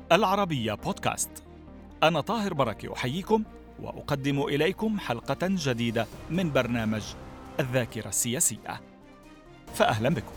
العربية بودكاست. أنا طاهر بركة أحييكم وأقدم إليكم حلقة جديدة من برنامج الذاكرة السياسية، فأهلا بكم.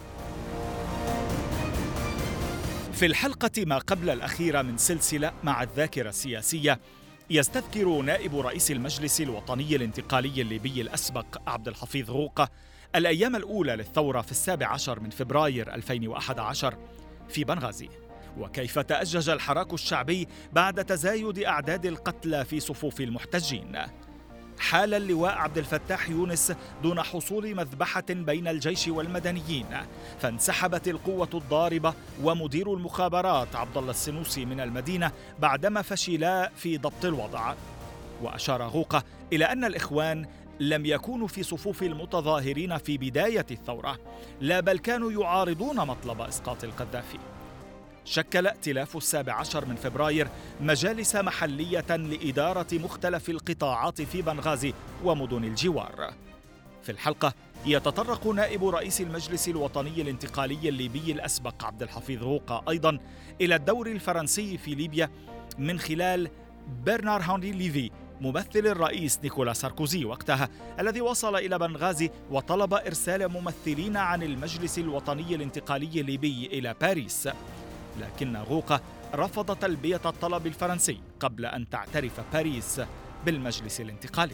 في الحلقة ما قبل الأخيرة من سلسلة مع الذاكرة السياسية، يستذكر نائب رئيس المجلس الوطني الانتقالي الليبي الأسبق عبد الحفيظ غوقة الأيام الأولى للثورة في 17 من فبراير 2011 في بنغازي، وكيف تأجج الحراك الشعبي بعد تزايد أعداد القتلى في صفوف المحتجين. حال اللواء عبد الفتاح يونس دون حصول مذبحة بين الجيش والمدنيين، فانسحبت القوة الضاربة ومدير المخابرات عبد الله السنوسي من المدينة بعدما فشلا في ضبط الوضع. وأشار غوقة إلى أن الإخوان لم يكونوا في صفوف المتظاهرين في بداية الثورة، لا بل كانوا يعارضون مطلب إسقاط القذافي. شكل ائتلاف 17 من فبراير مجالس محلية لإدارة مختلف القطاعات في بنغازي ومدن الجوار. في الحلقة يتطرق نائب رئيس المجلس الوطني الانتقالي الليبي الأسبق عبد الحفيظ غوقة أيضا إلى الدور الفرنسي في ليبيا من خلال برنار هنري ليفي ممثل الرئيس نيكولا ساركوزي وقتها، الذي وصل إلى بنغازي وطلب إرسال ممثلين عن المجلس الوطني الانتقالي الليبي إلى باريس، لكن غوقة رفض تلبية الطلب الفرنسي قبل أن تعترف باريس بالمجلس الانتقالي.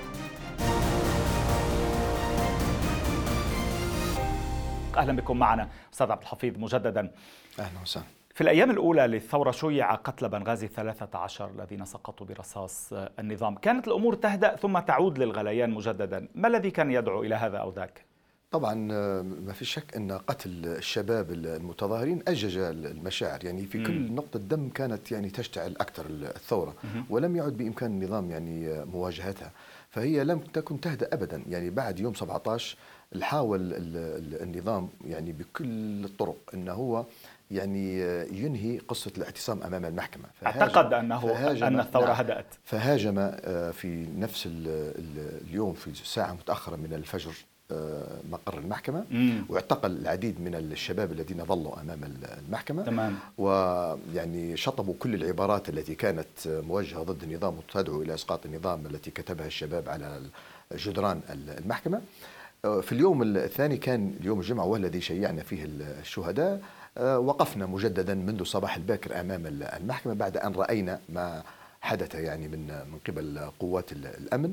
أهلا بكم معنا أستاذ عبد الحفيظ مجددا. أهلا وسهلا. في الأيام الأولى للثورة شيع قتل بنغازي 13 الذين سقطوا برصاص النظام. كانت الأمور تهدأ ثم تعود للغليان مجددا، ما الذي كان يدعو إلى هذا أو ذاك؟ طبعا ما في شك أن قتل الشباب المتظاهرين أجج المشاعر، يعني في كل نقطة دم كانت يعني تشتعل أكثر الثورة، ولم يعد بإمكان النظام يعني مواجهتها، فهي لم تكن تهدأ أبدا. يعني بعد يوم 17 حاول النظام يعني بكل الطرق أنه هو يعني ينهي قصة الاعتصام أمام المحكمة. اعتقد أن الثورة هدأت، فهاجم في نفس اليوم في ساعة متأخرة من الفجر مقر المحكمة، واعتقل العديد من الشباب الذين ظلوا أمام المحكمة. تمام. ويعني شطبوا كل العبارات التي كانت موجهة ضد النظام وتدعو إلى إسقاط النظام التي كتبها الشباب على جدران المحكمة. في اليوم الثاني كان يوم الجمعة والذي شيعنا فيه الشهداء، وقفنا مجددا منذ الصباح الباكر أمام المحكمة بعد أن رأينا ما حدث يعني من قبل قوات الأمن،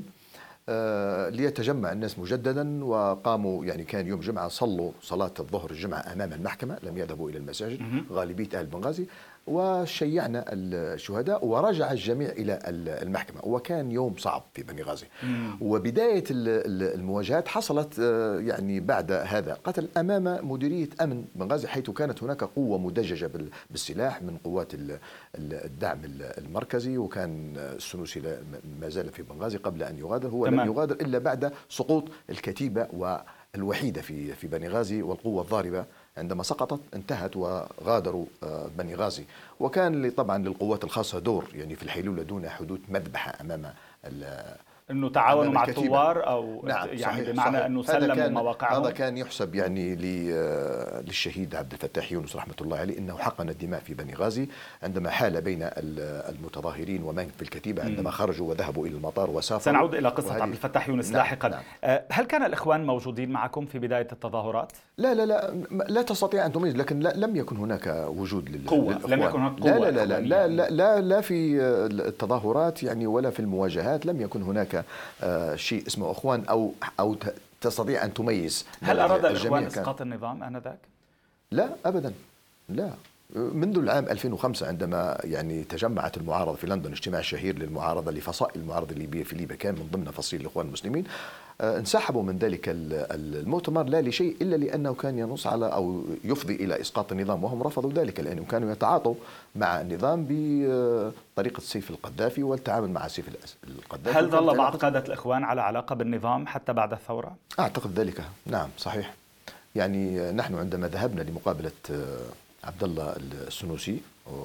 ليتجمع الناس مجددا وقاموا. يعني كان يوم جمعة صلوا صلاة الظهر الجمعة أمام المحكمة، لم يذهبوا إلى المساجد غالبية أهل بنغازي، وشيعنا الشهداء ورجع الجميع إلى المحكمة. وكان يوم صعب في بنغازي. وبداية المواجهات حصلت يعني بعد هذا قتل أمام مديرية أمن بنغازي، حيث كانت هناك قوة مدججة بالسلاح من قوات الدعم المركزي، وكان السنوسي ما زال في بنغازي قبل أن يغادر. هو لم يغادر إلا بعد سقوط الكتيبة والوحيدة في بنغازي، والقوة الضاربة عندما سقطت انتهت وغادروا بنغازي. وكان طبعا للقوات الخاصة دور يعني في الحيلولة دون حدوث مذبحة أمام أنه تعاونوا مع الثوار أو نعم يعني صحيح بمعنى صحيح. أنه سلموا مواقعهم. هذا كان يحسب يعني للشهيد عبد الفتاح يونس رحمة الله عليه، إنه حقن الدماء في بنغازي عندما حال بين المتظاهرين ومن في الكتيبة عندما خرجوا وذهبوا إلى المطار وسافروا. سنعود إلى قصة عبد الفتاح يونس لاحقا. نعم. هل كان الإخوان موجودين معكم في بداية التظاهرات؟ لا تستطيع أن تميز، لكن لم يكن هناك وجود للإخوان. لم يكن هناك قوة. لا في التظاهرات يعني ولا في المواجهات لم يكن هناك شيء اسمه إخوان أو تستطيع أن تميز. هل أراد الإخوان إسقاط النظام آنذاك؟ لا أبدا، لا. منذ العام 2005 عندما يعني تجمعت المعارضة في لندن، اجتماع شهير للمعارضة لفصائل المعارضة الليبية في ليبيا كان من ضمن فصيل الإخوان المسلمين، انسحبوا من ذلك المؤتمر لا لشيء إلا لأنه كان ينص على أو يفضي إلى إسقاط النظام، وهم رفضوا ذلك لأنهم كانوا يتعاطوا مع النظام بطريقة سيف القذافي والتعامل مع سيف القذافي. هل ظل بعض قادة الإخوان على علاقة بالنظام حتى بعد الثورة؟ أعتقد ذلك، نعم صحيح. يعني نحن عندما ذهبنا لمقابلة عبد الله السنوسي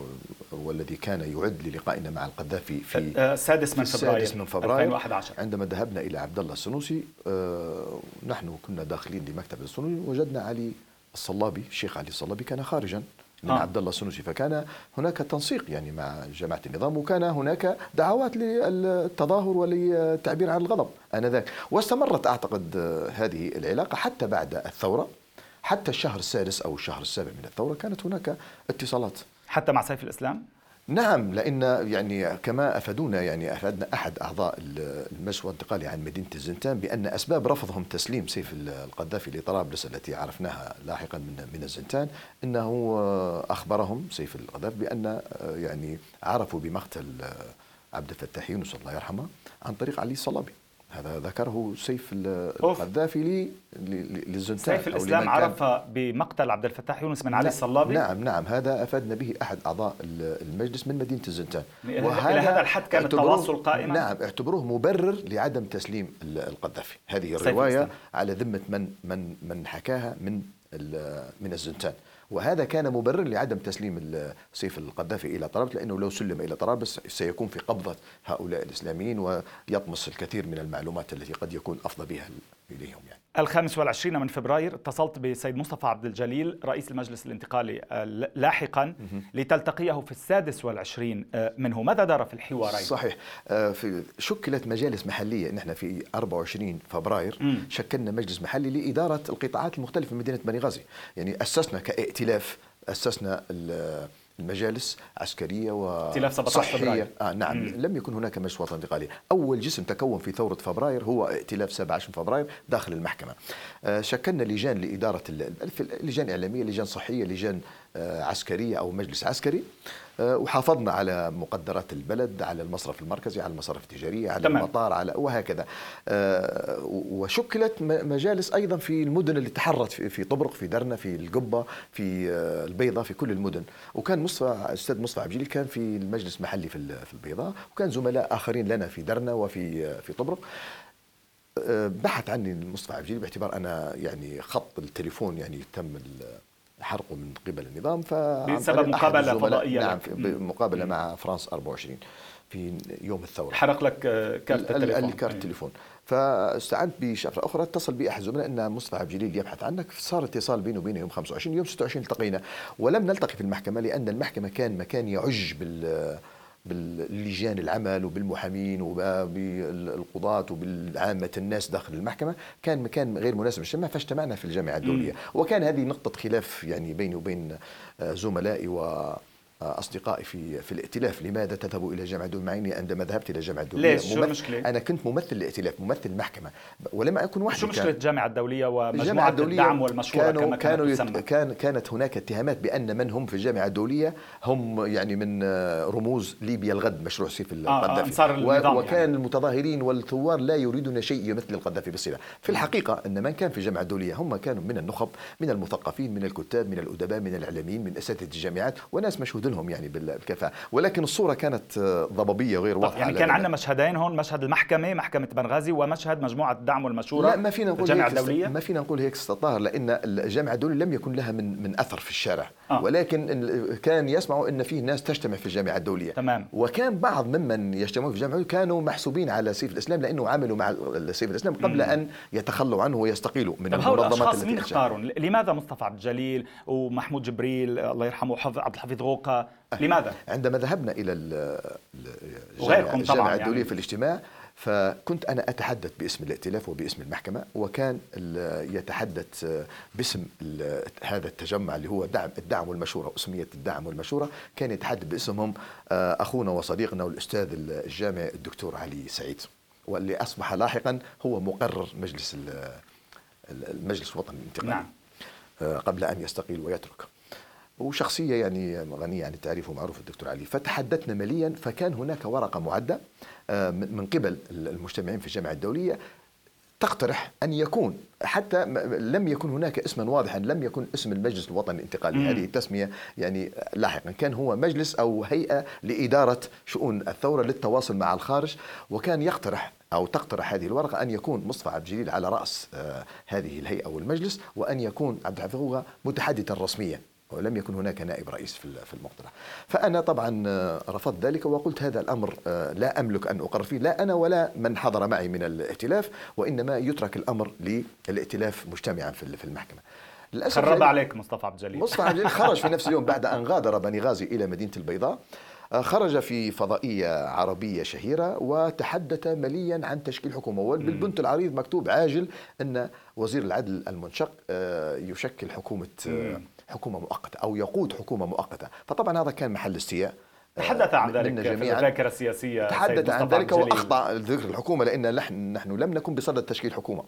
والذي كان يعد للقائنا مع القذافي في السادس من فبراير 2011، عندما ذهبنا إلى عبد الله السنوسي نحن كنا داخلين لمكتب السنوسي، وجدنا علي الصلابي، الشيخ علي الصلابي كان خارجا من عبد الله السنوسي، فكان هناك تنسيق يعني مع جماعة النظام، وكان هناك دعوات للتظاهر وللتعبير عن الغضب آنذاك. واستمرت أعتقد هذه العلاقة حتى بعد الثورة، حتى الشهر السادس أو الشهر السابع من الثورة كانت هناك اتصالات. حتى مع سيف الإسلام؟ نعم، لأن يعني كما أفادونا، يعني أفادنا أحد أعضاء المجلس الانتقالي عن مدينة الزنتان بأن أسباب رفضهم تسليم سيف القذافي لطرابلس التي عرفناها لاحقا من الزنتان، أنه أخبرهم سيف القذافي بأن يعني عرفوا بمقتل عبد الفتاح يونس الله يرحمه عن طريق علي الصلابي. هذا ذكره سيف القذافي للزنتان. سيف الإسلام عرف بمقتل عبد الفتاح يونس من علي الصلابي؟ نعم، هذا أفادنا به أحد أعضاء المجلس من مدينة الزنتان. إلى هذا الحد كان التواصل قائما؟ نعم، اعتبروه مبرر لعدم تسليم القذافي. هذه الرواية على ذمة من حكاها من الزنتان، وهذا كان مبرر لعدم تسليم سيف القذافي إلى طرابلس، لأنه لو سلم إلى طرابلس سيكون في قبضة هؤلاء الإسلاميين ويطمس الكثير من المعلومات التي قد يكون أفضى بها إليهم. يعني 25 من فبراير اتصلت بسيد مصطفى عبد الجليل رئيس المجلس الانتقالي لاحقا لتلتقيه في 26 منه. ماذا دار في الحوارين؟ صحيح، شكلت مجالس محلية. نحن في 24 فبراير شكلنا مجلس محلي لإدارة القطاعات المختلفة من مدينة بني غازي. يعني أسسنا كائتلاف، أسسنا المجالس عسكرية وصحية. نعم، لم يكن هناك مجلس وطني انتقالي. أول جسم تكون في ثورة فبراير هو ائتلاف 27 فبراير داخل المحكمة. شكلنا لجان لإدارة لجان إعلامية، لجان صحية، لجان عسكرية أو مجلس عسكري، وحافظنا على مقدرات البلد، على المصرف المركزي، على المصارف التجارية، على المطار، على وهكذا. وشكلت مجالس أيضا في المدن اللي تحرت في طبرق، في درنا، في القبة، في البيضة، في كل المدن. وكان الأستاذ مصطفى عبد الجليل كان في المجلس المحلي في البيضاء، وكان زملاء آخرين لنا في درنا وفي طبرق. بحث عني مصطفى عبد الجليل باعتبار أنا يعني خط التليفون يعني تم حرقه من قبل النظام، بسبب مقابلة فضائية. نعم، مقابلة مع فرانس 24 في يوم الثورة. حرق لك كارت التليفون. كارت التليفون. فاستعنت بشفرة أخرى، اتصل بي أحد الزملاء أن مصطفى عبد الجليل يبحث عنك. صار اتصال بينه وبينه يوم 25. يوم 26 التقينا، ولم نلتقي في المحكمة لأن المحكمة كان مكان يعج باللجان العمل وبالمحامين وبالقضاة وبالعامة الناس داخل المحكمة. كان مكان غير مناسب للجمع، فاجتمعنا في الجامعة الدولية. وكان هذه نقطة خلاف يعني بيني وبين زملائي أصدقائي في الائتلاف. لماذا تذهبوا إلى الجامعة الدولية معي؟ عندما ذهبت إلى الجامعة الدولية ليش؟ شو المشكلة؟ أنا كنت ممثل الائتلاف، ممثل المحكمة، ولم أكن وحدي. شو مشكلة الجامعة الدولية ومجموعة الدعم والمشورة كما تسمى؟ كانت هناك اتهامات بأن من هم في الجامعة الدولية هم يعني من رموز ليبيا الغد، مشروع سيف القذافي. وكان يعني المتظاهرين والثوار لا يريدون شيء يمثل القذافي بالصلة. في الحقيقة أن من كان في الجامعة الدولية هم كانوا من النخب، من المثقفين، من الكتاب، من الأدباء، من الإعلاميين، من أساتذة الجامعات، وناس مشهود لهم يعني بالكفاءة. ولكن الصورة كانت ضبابية وغير واضحة. يعني كان عندنا مشهدين هون، مشهد المحكمة، محكمة بنغازي، ومشهد مجموعة الدعم والمشورة. لا، ما فينا نقول الدولية. ما فينا نقول هيك أستاذ طاهر، لأن الجامعة الدولية لم يكن لها من أثر في الشارع. ولكن كان يسمعوا أن فيه ناس تجتمع في الجامعة الدولية. تمام. وكان بعض ممن يجتمعون في الجامعة الدولية كانوا محسوبين على سيف الإسلام، لأنه عملوا مع سيف الإسلام قبل أن يتخلوا عنه ويستقيلوا من المنظمات التي مين اختارون؟ لماذا مصطفى عبد الجليل ومحمود جبريل الله يرحمه وعبد الحفيظ غوقة؟ لماذا؟ عندما ذهبنا إلى الجامعة الدولية يعني في الاجتماع، فكنت أنا أتحدث باسم الائتلاف وباسم المحكمة، وكان يتحدث باسم هذا التجمع اللي هو الدعم والمشورة، أسمية الدعم والمشورة. كان يتحدث باسمهم أخونا وصديقنا والأستاذ الجامعي الدكتور علي سعيد، واللي أصبح لاحقا هو مقرر المجلس الوطني الانتقالي. نعم. قبل أن يستقيل ويترك. وشخصية يعني غنية عن التعريف ومعروف الدكتور علي. فتحدثنا مليا، فكان هناك ورقة معدة من قبل المجتمعين في الجامعة الدولية تقترح أن يكون، حتى لم يكن هناك اسما واضحا، لم يكن اسم المجلس الوطني الانتقالي. هذه التسمية يعني لاحقا كان هو مجلس أو هيئة لإدارة شؤون الثورة للتواصل مع الخارج. وكان يقترح أو تقترح هذه الورقة أن يكون مصطفى عبد الجليل على رأس هذه الهيئة والمجلس، وأن يكون عبد الحفيظ غوقة متحدثا رسميا، ولم يكن هناك نائب رئيس في المقترح. فأنا طبعا رفضت ذلك وقلت هذا الأمر لا أملك أن أقرر فيه، لا أنا ولا من حضر معي من الائتلاف، وإنما يترك الأمر للائتلاف مجتمعا في المحكمة. للأسف خرب عليك مصطفى عبد الجليل. مصطفى عبد الجليل خرج في نفس اليوم بعد أن غادر بني غازي إلى مدينة البيضاء. خرج في فضائية عربية شهيرة وتحدث مليا عن تشكيل حكومة، وبالبنت العريض مكتوب عاجل أن وزير العدل المنشق يشكل حكومة مؤقتة أو يقود حكومة مؤقتة. فطبعا هذا كان محل استياء. تحدث عن ذلك في الذاكرة السياسية، تحدث عن ذلك وأخطأ ذكر الحكومة، لأن نحن لم نكن بصدد تشكيل حكومة.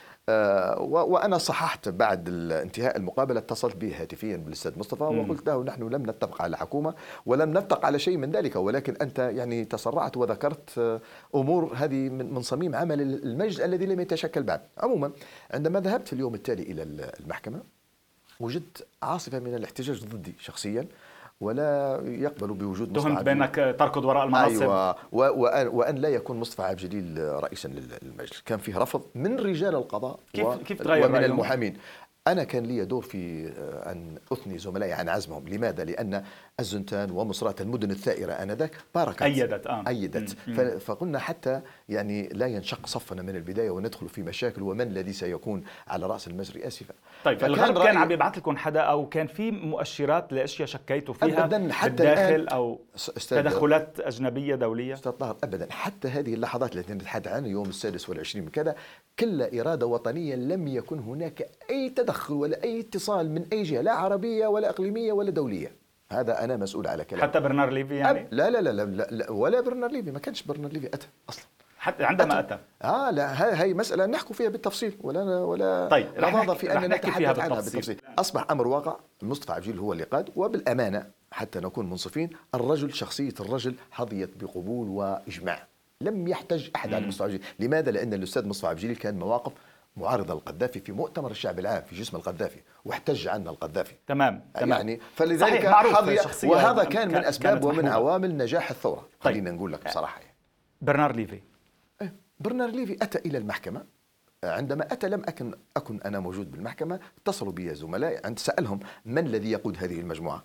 وأنا صححت بعد انتهاء المقابلة، اتصلت به هاتفيا بالأستاذ مصطفى وقلت له نحن لم نتفق على حكومة ولم نتفق على شيء من ذلك، ولكن أنت يعني تسرعت وذكرت أمور هذه من صميم عمل المجلس الذي لم يتشكل بعد. عموما عندما ذهبت في اليوم التالي إلى المحكمة وجدت عاصفة من الاحتجاج ضدي شخصيا، ولا يقبل بوجود مصطفى تهمت بأنك تركض وراء المناصب. أيوة، وأن لا يكون مصطفى عبد الجليل رئيسا للمجلس. كان فيه رفض من رجال القضاء كيف تغير ومن المحامين. أنا كان لي دور في أن أثني زملائي عن عزمهم. لماذا؟ لأن الزنتان ومصرات المدن الثائرة آنذاك باركت أيدت فقلنا حتى يعني لا ينشق صفنا من البداية وندخل في مشاكل، ومن الذي سيكون على رأس المجلس آسفا. طيب الغرب كان عم يبعث لكم حدا، أو كان في مؤشرات لأشياء شكيتوا فيها أبداً حتى بالداخل أو تدخلات أجنبية دولية؟ أستاذ طاهر أبدا، حتى هذه اللحظات التي نتحدث عنها يوم 26 من كذا كل إرادة وطنية، لم يكن هناك أي تدخل ولا أي اتصال من أي جهة، لا عربية ولا إقليمية ولا دولية. هذا أنا مسؤول على كلام. حتى برنار ليفي يعني؟ لا لا لا لا, لا ولا برنار ليفي، ما كانش برنار ليفي أتى أصلا حتى عندما أتى. لا، هي مسألة نحكي فيها بالتفصيل ولا طيب رغبة في أن نتحدث عنها بالتفصيل. أصبح أمر واقع. مصطفى عبد الجليل هو اللي قاد، وبالأمانة حتى نكون منصفين، شخصية الرجل حظيت بقبول وإجماع، لم يحتج أحد على مصطفى عبد الجليل. لماذا؟ لأن الأستاذ مصطفى عبد الجليل كان مواقف معارضة للقذافي في مؤتمر الشعب العام في جسم القذافي، واحتج عنه القذافي. تمام. يعني فلذلك حظي، وهذا كان من أسباب ومن عوامل نجاح الثورة. خلينا نقول لك بصراحة. برنار ليفي برنار ليفي أتى إلى المحكمة. عندما أتى لم أكن أنا موجود بالمحكمة. اتصلوا بي زملائي، سألهم من الذي يقود هذه المجموعة،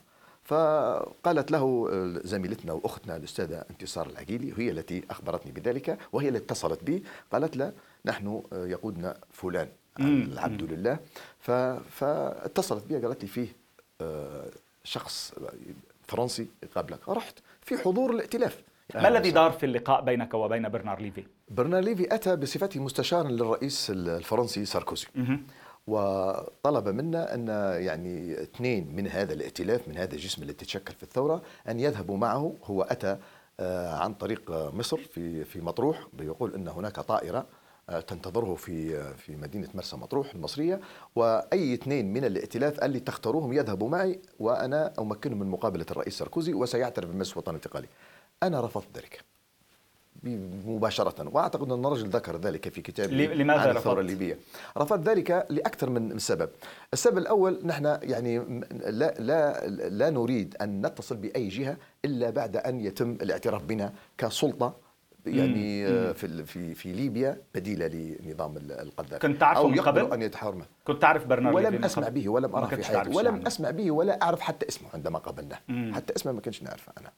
فقالت له زميلتنا وأختنا الأستاذة انتصار العقيلي، هي التي أخبرتني بذلك، وهي التي اتصلت بي قالت له نحن يقودنا فلان العبد لله. فاتصلت بي قالت لي فيه شخص فرنسي قابلك. رحت في حضور الائتلاف. ما الذي دار في اللقاء بينك وبين برنار ليفي؟ برنار ليفي أتى بصفته مستشارا للرئيس الفرنسي ساركوزي، وطلب منا أن يعني 2 من هذا الائتلاف، من هذا الجسم الذي تشكل في الثورة، أن يذهبوا معه. هو أتى عن طريق مصر في مطروح، بيقول أن هناك طائرة تنتظره في مدينة مرسى مطروح المصرية، وأي 2 من الائتلاف قال لي تختاروهم يذهبوا معي وأنا أمكنهم من مقابلة الرئيس ساركوزي وسيعترف بالمجلس الوطني الانتقالي. أنا رفضت ذلك مباشرة، وأعتقد أن الرجل ذكر ذلك في كتابه عن الثورة الليبية. رفض ذلك لأكثر من سبب. السبب الأول، نحن يعني لا نريد أن نتصل بأي جهة إلا بعد أن يتم الاعتراف بنا كسلطة يعني في ليبيا بديلة لنظام القذافي. كنت تعرفه من قبل؟ أن يتحاورنا. كنت تعرف برنار ليفي؟ ولم أسمع به ولم أرى في حياتي، ولم أسمع به ولا أعرف حتى اسمه عندما قابلناه. حتى اسمه ما كنتش نعرفه أنا.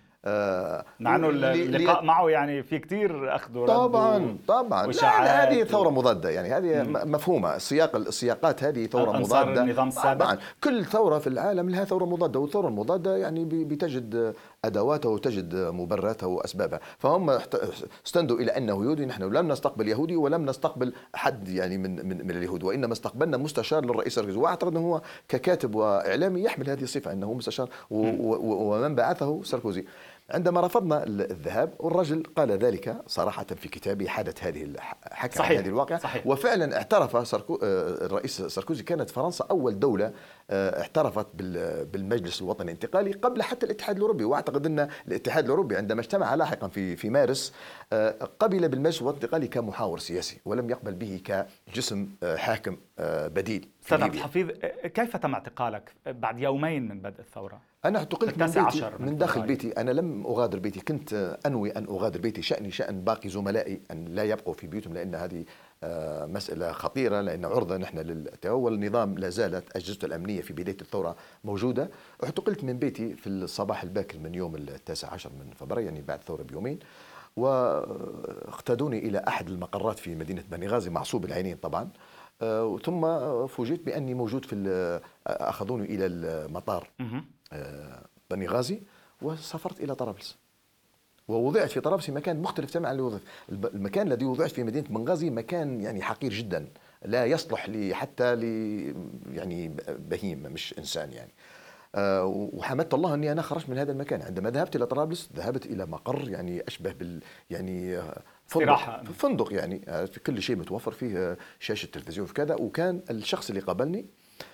مع أنه اللقاء معه يعني في كتير أخذ ورد. طبعا هذه ثورة مضادة، يعني هذه مفهومة. السياقات هذه ثورة مضادة. النظام السابق. كل ثورة في العالم لها ثورة مضادة، والثورة المضادة يعني بتجد أدواتها وتجد مبرراتها وأسبابها. فهم استندوا إلى أنه يهودي. نحن لم نستقبل يهودي ولم نستقبل حد يعني من اليهود، وإنما استقبلنا مستشار للرئيس ساركوزي. وأعتقد أنه هو ككاتب وإعلامي يحمل هذه الصفة، أنه مستشار ومن بعثه ساركوزي. عندما رفضنا الذهاب، والرجل قال ذلك صراحة في كتابه، حدث حكى عن هذه الواقعة. وفعلا اعترف الرئيس ساركوزي. كانت فرنسا أول دولة اعترفت بالمجلس الوطني الانتقالي قبل حتى الاتحاد الأوروبي. وأعتقد أن الاتحاد الأوروبي عندما اجتمع لاحقا في مارس قبل بالمجلس الوطني الانتقالي كمحاور سياسي، ولم يقبل به كجسم حاكم بديل. أستاذ عبد الحفيظ، كيف تم اعتقالك بعد يومين من بدء الثورة؟ أنا اعتقلت من بيتي، من داخل بيتي. أنا لم أغادر بيتي. كنت أنوي أن أغادر بيتي، شأن باقي زملائي أن لا يبقوا في بيوتهم، لأن هذه مسألة خطيرة، لأن عرضة نحن للتهول. النظام لا زالت أجهزته الأمنية في بداية الثورة موجودة. اعتقلت من بيتي في الصباح الباكر من يوم 19 من فبراير، يعني بعد الثورة بيومين، واقتادوني إلى أحد المقرات في مدينة بني غازي، معصوب العينين طبعا. ثم فوجئت بأني موجود أخذوني إلى المطار بني غازي، وسافرت إلى طرابلس، ووضعت في طرابلس في مكان مختلف تماما عن المكان الذي وضعت في مدينة بنغازي، مكان يعني حقير جدا، لا يصلح حتى يعني بهيم مش إنسان يعني. وحمدت الله أني أنا خرجت من هذا المكان. عندما ذهبت إلى طرابلس ذهبت إلى مقر يعني أشبه يعني فندق يعني في كل شيء متوفر فيه، شاشة تلفزيون في كذا. وكان الشخص اللي قابلني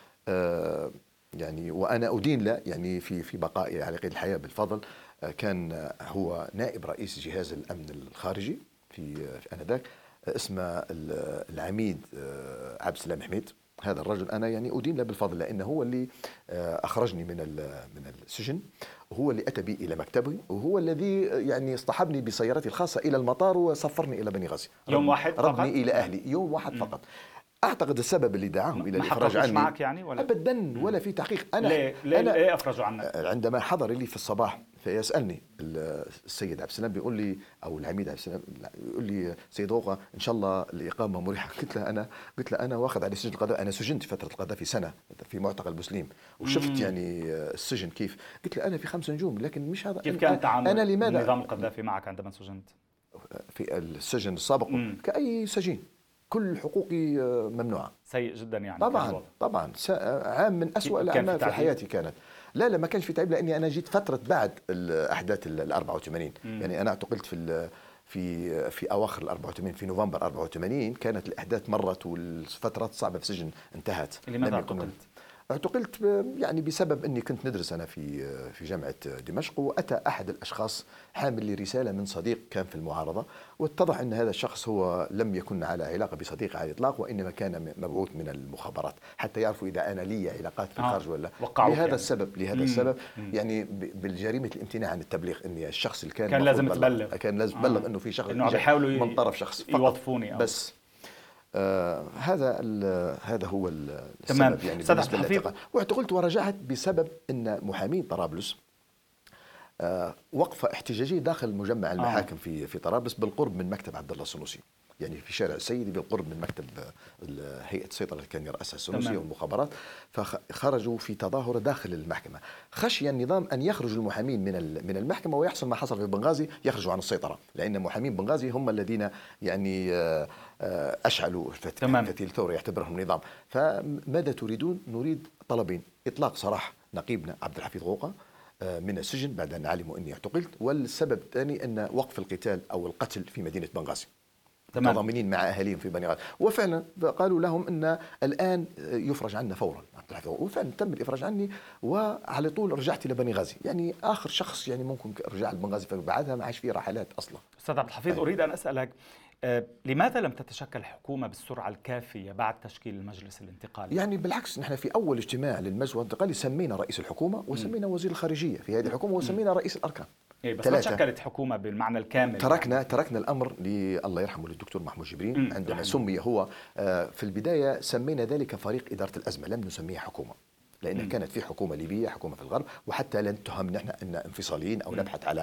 يعني وأنا أدين له يعني في بقائي على قيد الحياة بالفضل، كان هو نائب رئيس جهاز الأمن الخارجي في آنذاك، اسمه العميد عبد السلام حميد. هذا الرجل أنا يعني أدين له بالفضل، لأنه هو اللي أخرجني من السجن، وهو اللي أتى بي إلى مكتبي، وهو الذي يعني اصطحبني بسيارتي الخاصة إلى المطار وسفرني إلى بني غازي. يوم واحد فقط؟ ربني إلى أهلي يوم واحد فقط. أعتقد السبب اللي دعاهم إلى الإفراج عني معك يعني ولا؟ أبدا، ولا في تحقيق. ليه أفرجوا عنك؟ عندما حضر لي في الصباح فيسألني السيد عبد السلام، بيقول لي أو العميد عبد السلام يقول لي سيد غوقة إن شاء الله الإقامة مريحة. قلت له أنا واخذ على سجن القضاء، أنا سجنت فترة القضاء في سنة في معتقل بوسليم، وشفت يعني السجن كيف. قلت له أنا في 5 نجوم، لكن مش هذا. كيف كان تعامل أنا لماذا النظام القذافي معك عندما سجنت؟ في السجن السابق كأي سجين، كل حقوقي ممنوعة. سيء جدا يعني. طبعا عام من أسوأ الأعمال في حياتي كانت. لا ما كانش في تعب، لأني أنا جيت فترة بعد الأحداث 84. يعني أنا اعتقلت في أواخر 84 في نوفمبر 84. كانت الأحداث مرت والفترات الصعبة في السجن انتهت. لماذا اعتقلت؟ اعتقلت يعني بسبب أني كنت ندرس أنا في جامعة دمشق، وأتى أحد الأشخاص حامل لي رسالة من صديق كان في المعارضة، واتضح أن هذا الشخص هو لم يكن على علاقة بصديق على الإطلاق، وإنما كان مبعوث من المخابرات حتى يعرفوا إذا أنا لي علاقات في الخارج ولا. لهذا السبب يعني بالجريمة الامتناع عن التبليغ، أني الشخص اللي كان لازم تبلغ، كان لازم تبلغ أنه في شخص من طرف شخص يوظفوني بس. هذا هو السبب يعني بالنسبة للاعتقال. واعتقلت ورجعت بسبب أن محامين طرابلس وقفة احتجاجية داخل مجمع المحاكم في طرابلس بالقرب من مكتب عبد الله السنوسي، يعني في شارع السيدي بالقرب من مكتب هيئة السيطرة اللي كان يرأسها السنوسي والمخابرات. فخرجوا في تظاهرة داخل المحكمة، خشي النظام أن يخرج المحامين من المحكمة ويحصل ما حصل في بنغازي، يخرجوا عن السيطرة، لأن محامين بنغازي هم الذين يعني أشعلوا فتيل الثورة يعتبرهم نظام. فماذا تريدون؟ نريد طلبين: إطلاق سراح نقيبنا عبد الحفيظ غوقة من السجن بعد أن علموا أني اعتقلت، والسبب الثاني أن وقف القتال أو القتل في مدينة بنغازي، متضامنين مع أهاليهم في بني غازي. وفعلا قالوا لهم أن الآن يفرج عنا فورا عبد الحفيظ، وفعلا تم الإفراج عني، وعلى طول رجعت إلى بني غازي، يعني آخر شخص يعني ممكن رجع لبني غازي، فبعدها ما عادش فيه رحلات أصلا. أستاذ عبد الحفيظ، أريد أن أسألك لماذا لم تتشكل حكومة بالسرعة الكافية بعد تشكيل المجلس الانتقالي؟ يعني بالعكس، نحن في أول اجتماع للمجلس الانتقالي سمينا رئيس الحكومة وسمينا وزير الخارجية في هذه الحكومة وسمينا رئيس الأركان. بس ما تشكلت حكومة بالمعنى الكامل. تركنا الأمر الله يرحمه للدكتور محمود جبرين عندما سمي هو. في البداية سمينا ذلك فريق إدارة الأزمة، لم نسميها حكومة، لأن كانت في حكومة ليبية، حكومة في الغرب، وحتى لن تهم نحن أن انفصاليين أو نبحث على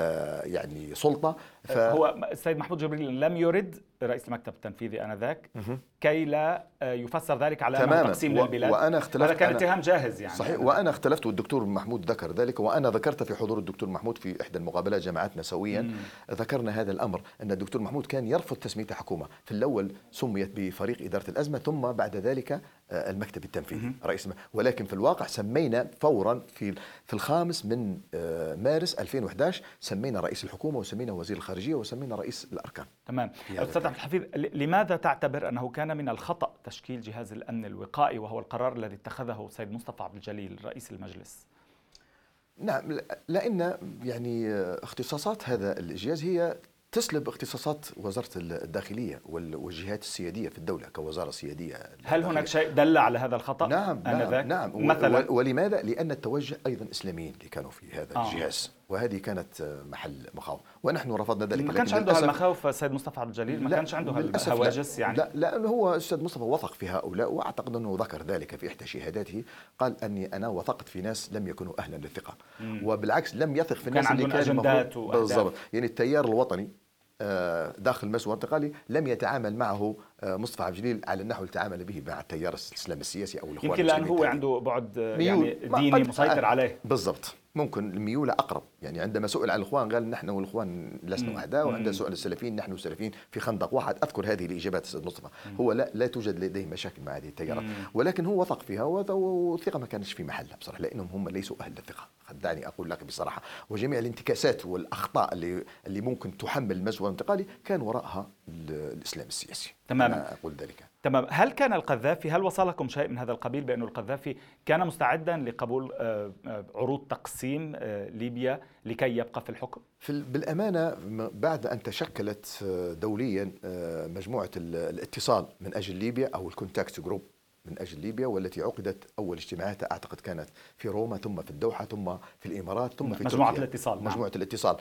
يعني سلطة. هو السيد محمود جبريل لم يرد رئيس المكتب التنفيذي آنذاك كي لا يفسر ذلك على أنه تقسيم للبلاد، وأنا اختلفت. هذا كان اتهام جاهز يعني. صحيح، وأنا اختلفت والدكتور محمود ذكر ذلك، وأنا ذكرت في حضور الدكتور محمود في إحدى المقابلات جمعتنا سويا. ذكرنا هذا الأمر، أن الدكتور محمود كان يرفض تسميته حكومة. في الأول سميت بفريق إدارة الأزمة، ثم بعد ذلك المكتب التنفيذي رئيس. ولكن في الواقع سمينا فورا في 5 من مارس 2011 سمينا رئيس الحكومة وسمينا وزير الخارجية وسمينا رئيس الأركان. تمام. أستاذ عبد الحفيظ، لماذا تعتبر أنه كان من الخطأ تشكيل جهاز الأمن الوقائي وهو القرار الذي اتخذه السيد مصطفى عبد الجليل رئيس المجلس؟ نعم، لأن يعني اختصاصات هذا الجهاز هي تسلب اختصاصات وزارة الداخلية والجهات السيادية في الدولة كوزارة سيادية. هل هناك شيء دل على هذا الخطأ؟ نعم. مثلا ولماذا؟ لأن التوجه أيضا إسلاميين اللي كانوا في هذا الجهاز، وهذه كانت محل مخاوف، ونحن رفضنا ذلك. ما كانش عنده هالمخاوف السيد مصطفى عبد الجليل؟ ما كانش عنده هالهواجس يعني؟ لا، لأنه هو السيد مصطفى وثق في هؤلاء، وأعتقد أنه ذكر ذلك في إحدى شهاداته، قال أني أنا وثقت في ناس لم يكونوا أهلا للثقة، وبالعكس لم يثق في الناس اللي كان أجندات بالضبط. يعني التيار الوطني داخل المجلس الانتقالي لم يتعامل معه مصطفى عبد الجليل على النحو اللي تعامل به مع التيار الاسلامي السياسي او الاخوان. يمكن لان هو عنده بعد يعني ديني مسيطر عليه. بالضبط، ممكن الميول اقرب. يعني عندما سئل عن الاخوان قال نحن والاخوان لسنا اعداء، وعندما سئل السلفيين نحن والسلفيين في خندق واحد. اذكر هذه الاجابات السيد مصطفى. هو لا توجد لديه مشاكل مع هذه التيارات، ولكن هو وثق فيها، والثقه ما كانتش في محلها بصراحه، لانهم هم ليسوا اهل الثقه. دعني اقول لك بصراحه، وجميع الانتكاسات والاخطاء اللي ممكن تحمل المجلس الانتقالي كان وراءها الاسلام السياسي. تماما. أنا اقول ذلك. تمام. هل كان القذافي، هل وصلكم شيء من هذا القبيل بأن القذافي كان مستعدا لقبول عروض تقسيم ليبيا لكي يبقى في الحكم؟ بالأمانة بعد أن تشكلت دوليا مجموعة الاتصال من أجل ليبيا أو الكونتاكت جروب من أجل ليبيا، والتي عقدت أول اجتماعاتها أعتقد كانت في روما، ثم في الدوحة، ثم في الإمارات، ثم في مجموعة تركيا. الاتصال. مجموعة الاتصال.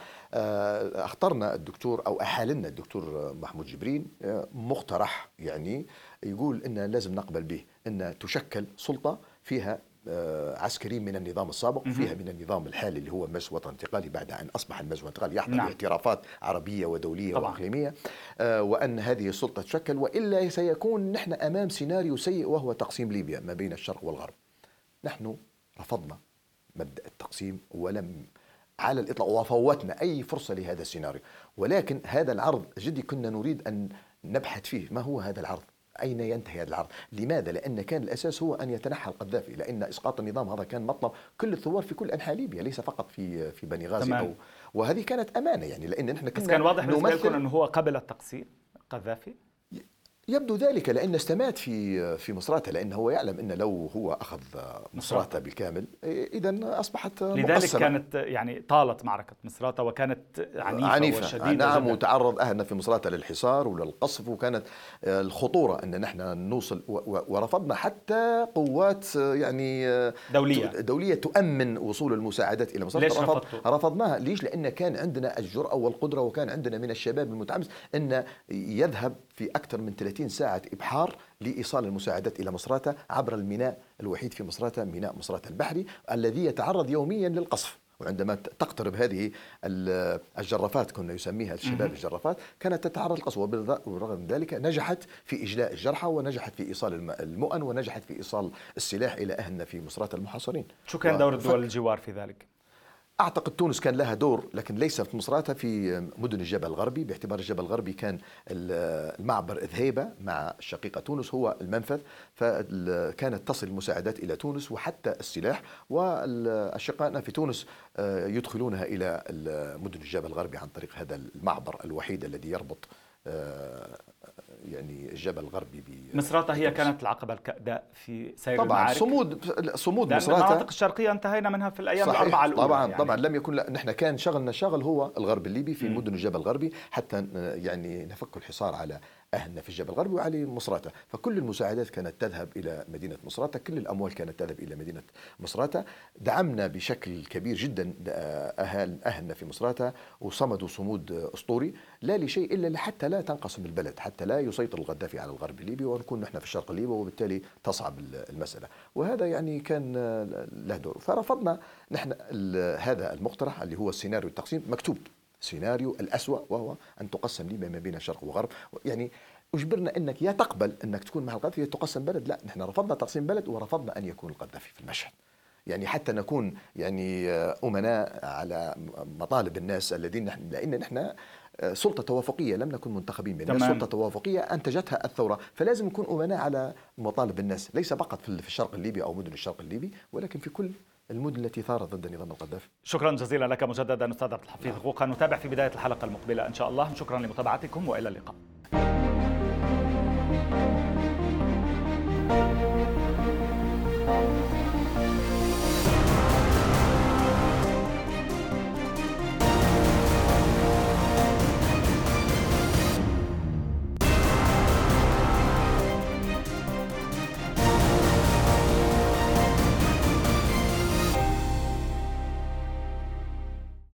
اخترنا الدكتور أو أحالنا الدكتور محمود جبرين مقترح، يعني يقول إن لازم نقبل به أن تشكل سلطة فيها عسكري من النظام السابق، فيها من النظام الحالي اللي هو مجلس وطني انتقالي بعد أن أصبح المجلس الانتقالي يحظى باعترافات عربية ودولية وإقليمية، وأن هذه السلطة تشكل، وإلا سيكون نحن أمام سيناريو سيء وهو تقسيم ليبيا ما بين الشرق والغرب. نحن رفضنا مبدأ التقسيم ولم على الإطلاق، وفوتنا أي فرصة لهذا السيناريو. ولكن هذا العرض جدي كنا نريد أن نبحث فيه، ما هو هذا العرض؟ أين ينتهي هذا العرض؟ لماذا؟ لأن كان الأساس هو أن يتنحى القذافي، لأن إسقاط النظام هذا كان مطلب كل الثوار في كل أنحاء ليبيا، ليس فقط في بني غازي وهذه كانت أمانة، يعني لأن نحن كنا كان واضح بالنسبة لكم أنه هو قبل التقسيم القذافي. يبدو ذلك لأن استمات في مصراتة، لأنه هو يعلم أن لو هو أخذ مصراتة بالكامل إذا أصبحت لذلك مقسمة. كانت يعني طالت معركة مصراتة وكانت عنيفة وشديدة. نعم، وتعرض أهلنا في مصراتة للحصار وللقصف، وكانت الخطورة أن نحن نوصل، ورفضنا حتى قوات يعني دولية تؤمن وصول المساعدات إلى مصراتة. ليش رفضناها؟ ليش؟ لأن كان عندنا الجرأة والقدرة، وكان عندنا من الشباب المتحمس أن يذهب في أكثر من 30 ساعة إبحار لإيصال المساعدات إلى مصراتة عبر الميناء الوحيد في مصراتة، ميناء مصراتة البحري الذي يتعرض يوميا للقصف. وعندما تقترب هذه الجرافات، كنا يسميها الشباب الجرافات، كانت تتعرض للقصف، وبالرغم من ذلك نجحت في إجلاء الجرحى، ونجحت في إيصال المؤن، ونجحت في إيصال السلاح إلى أهلنا في مصراتة المحاصرين. شو كان دور الدول الجوار في ذلك؟ أعتقد تونس كان لها دور، لكن ليس في مصراتة، في مدن الجبل الغربي، باعتبار الجبل الغربي كان المعبر ذهيبة مع الشقيقة تونس هو المنفذ، فكانت تصل المساعدات إلى تونس وحتى السلاح، والأشقائنا في تونس يدخلونها إلى مدن الجبل الغربي عن طريق هذا المعبر الوحيد الذي يربط يعني الجبل الغربي مصراتة هي كانت العقبة الكأداء في سير المعارك. صمود مصراتة. المناطق الشرقية انتهينا منها في الأيام الأربعة الأولى. طبعا لم يكن نحن كان شغلنا هو الغرب الليبي في مدن الجبل الغربي، حتى يعني نفك الحصار على أهلنا في الجبل الغربي وعلى مصراتة. فكل المساعدات كانت تذهب إلى مدينة مصراتة، كل الأموال كانت تذهب إلى مدينة مصراتة. دعمنا بشكل كبير جدا أهلنا في مصراتة، وصمدوا صمود أسطوري، لا لشيء إلا حتى لا تنقسم البلد، حتى لا يسيطر القذافي على الغرب الليبي، ونكون نحن في الشرق الليبي، وبالتالي تصعب المسألة. وهذا يعني كان له دور. فرفضنا نحن هذا المقترح اللي هو السيناريو التقسيم، مكتوب سيناريو الأسوأ، وهو أن تقسم ليبيا ما بين الشرق والغرب. يعني أجبرنا أنك يا تقبل أنك تكون مع القذافي، تقسم بلد. لا، نحن رفضنا تقسيم بلد، ورفضنا أن يكون القذافي في المشهد، يعني حتى نكون يعني أمناء على مطالب الناس الذين لأن نحن سلطة توافقية، لم نكن منتخبين من الناس، سلطة توافقية أنتجتها الثورة، فلازم نكون أمناء على مطالب الناس، ليس فقط في الشرق الليبي أو مدن الشرق الليبي، ولكن في كل المدن التي ثارت ضد نظام القذافي. شكرا جزيلا لك مجددا أستاذ عبد الحفيظ غوقا. نتابع في بداية الحلقة المقبلة إن شاء الله. شكرا لمتابعتكم وإلى اللقاء.